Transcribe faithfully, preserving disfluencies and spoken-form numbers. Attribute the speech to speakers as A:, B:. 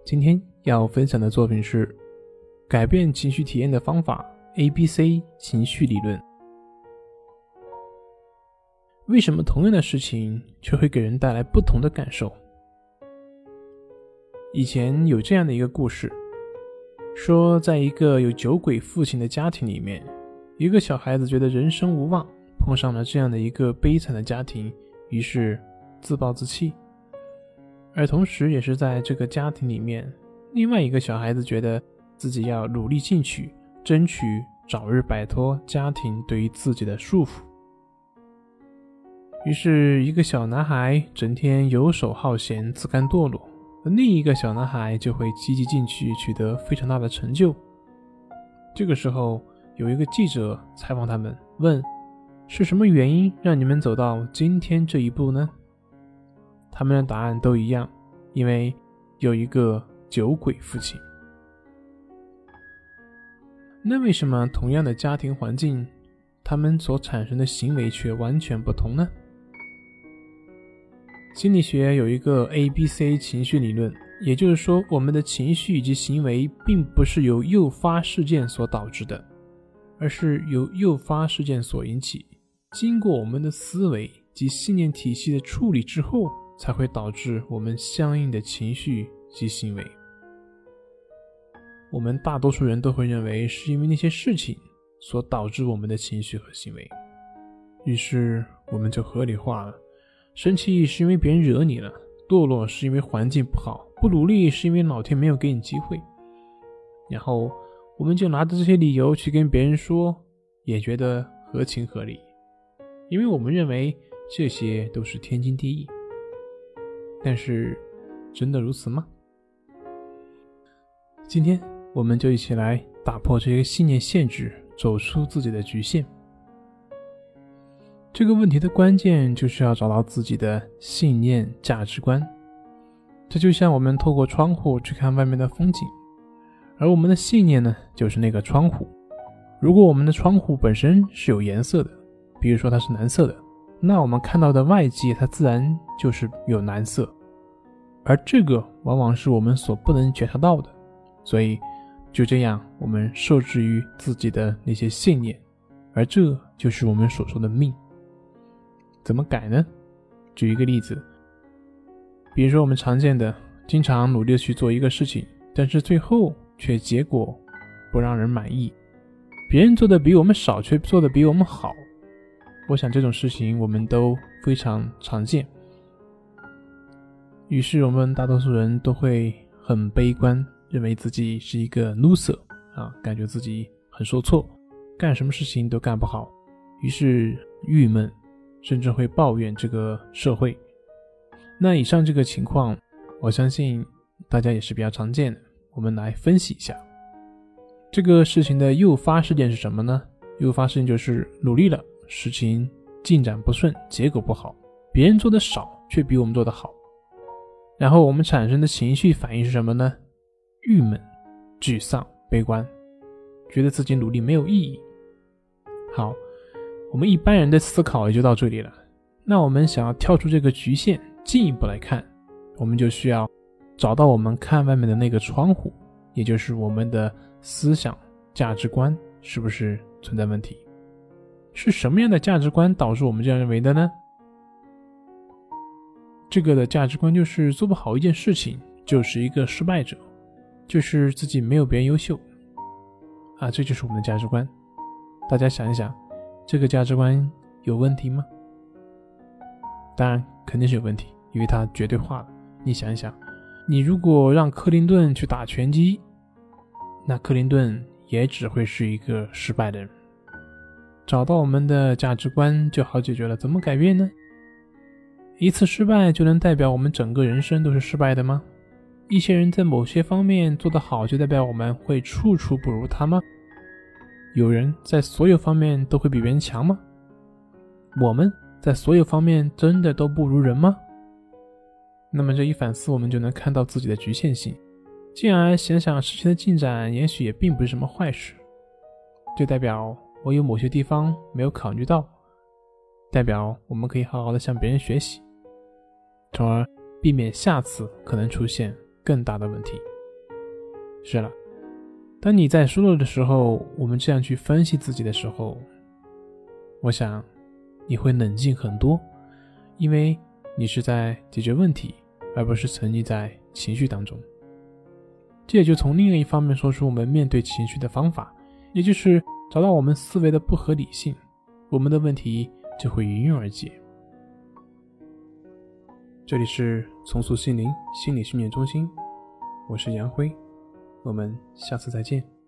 A: 今天要分享的作品是改变情绪体验的方法 A B C 情绪理论。为什么同样的事情却会给人带来不同的感受？以前有这样的一个故事，说在一个有酒鬼父亲的家庭里面，一个小孩子觉得人生无望，碰上了这样的一个悲惨的家庭，于是自暴自弃。而同时也是在这个家庭里面，另外一个小孩子觉得自己要努力进取，争取早日摆脱家庭对于自己的束缚。于是一个小男孩整天游手好闲，自甘堕落，而另一个小男孩就会积极进取，取得非常大的成就。这个时候有一个记者采访他们，问是什么原因让你们走到今天这一步呢？他们的答案都一样，因为有一个酒鬼父亲。那为什么同样的家庭环境，他们所产生的行为却完全不同呢？心理学有一个 A B C 情绪理论，也就是说，我们的情绪以及行为并不是由诱发事件所导致的，而是由诱发事件所引起，经过我们的思维及信念体系的处理之后，才会导致我们相应的情绪及行为。我们大多数人都会认为是因为那些事情所导致我们的情绪和行为，于是我们就合理化了，生气是因为别人惹你了，堕落是因为环境不好，不努力是因为老天没有给你机会。然后我们就拿着这些理由去跟别人说，也觉得合情合理，因为我们认为这些都是天经地义。但是真的如此吗？今天我们就一起来打破这些信念限制，走出自己的局限。这个问题的关键就是要找到自己的信念价值观。这就像我们透过窗户去看外面的风景，而我们的信念呢，就是那个窗户。如果我们的窗户本身是有颜色的，比如说它是蓝色的，那我们看到的外界它自然就是有蓝色，而这个往往是我们所不能觉察到的。所以就这样，我们受制于自己的那些信念，而这就是我们所说的命。怎么改呢？举一个例子，比如说我们常见的经常努力的去做一个事情，但是最后却结果不让人满意，别人做的比我们少，却做的比我们好。我想这种事情我们都非常常见，于是我们大多数人都会很悲观，认为自己是一个 loser 啊，感觉自己很受挫，干什么事情都干不好，于是郁闷，甚至会抱怨这个社会。那以上这个情况，我相信大家也是比较常见的。我们来分析一下这个事情的诱发事件是什么呢？诱发事件就是努力了，事情进展不顺，结果不好，别人做的少，却比我们做的好。然后我们产生的情绪反应是什么呢？郁闷、沮丧、悲观，觉得自己努力没有意义。好，我们一般人的思考也就到这里了。那我们想要跳出这个局限，进一步来看，我们就需要找到我们看外面的那个窗户，也就是我们的思想价值观是不是存在问题？是什么样的价值观导致我们这样认为的呢？这个的价值观就是做不好一件事情就是一个失败者，就是自己没有别人优秀啊，这就是我们的价值观。大家想一想，这个价值观有问题吗？当然肯定是有问题，因为它绝对化了。你想一想，你如果让克林顿去打拳击，那克林顿也只会是一个失败的人。找到我们的价值观就好解决了。怎么改变呢？一次失败就能代表我们整个人生都是失败的吗？一些人在某些方面做得好，就代表我们会处处不如他吗？有人在所有方面都会比别人强吗？我们在所有方面真的都不如人吗？那么这一反思，我们就能看到自己的局限性，进而想想事情的进展也许也并不是什么坏事，就代表我有某些地方没有考虑到，代表我们可以好好的向别人学习，从而避免下次可能出现更大的问题。 是了，当你在输了的时候，我们这样去分析自己的时候，我想你会冷静很多，因为你是在解决问题，而不是沉溺在情绪当中。这也就从另一方面说出我们面对情绪的方法，也就是找到我们思维的不合理性，我们的问题就会迎刃而解。这里是重塑心灵心理训练中心，我是杨辉，我们下次再见。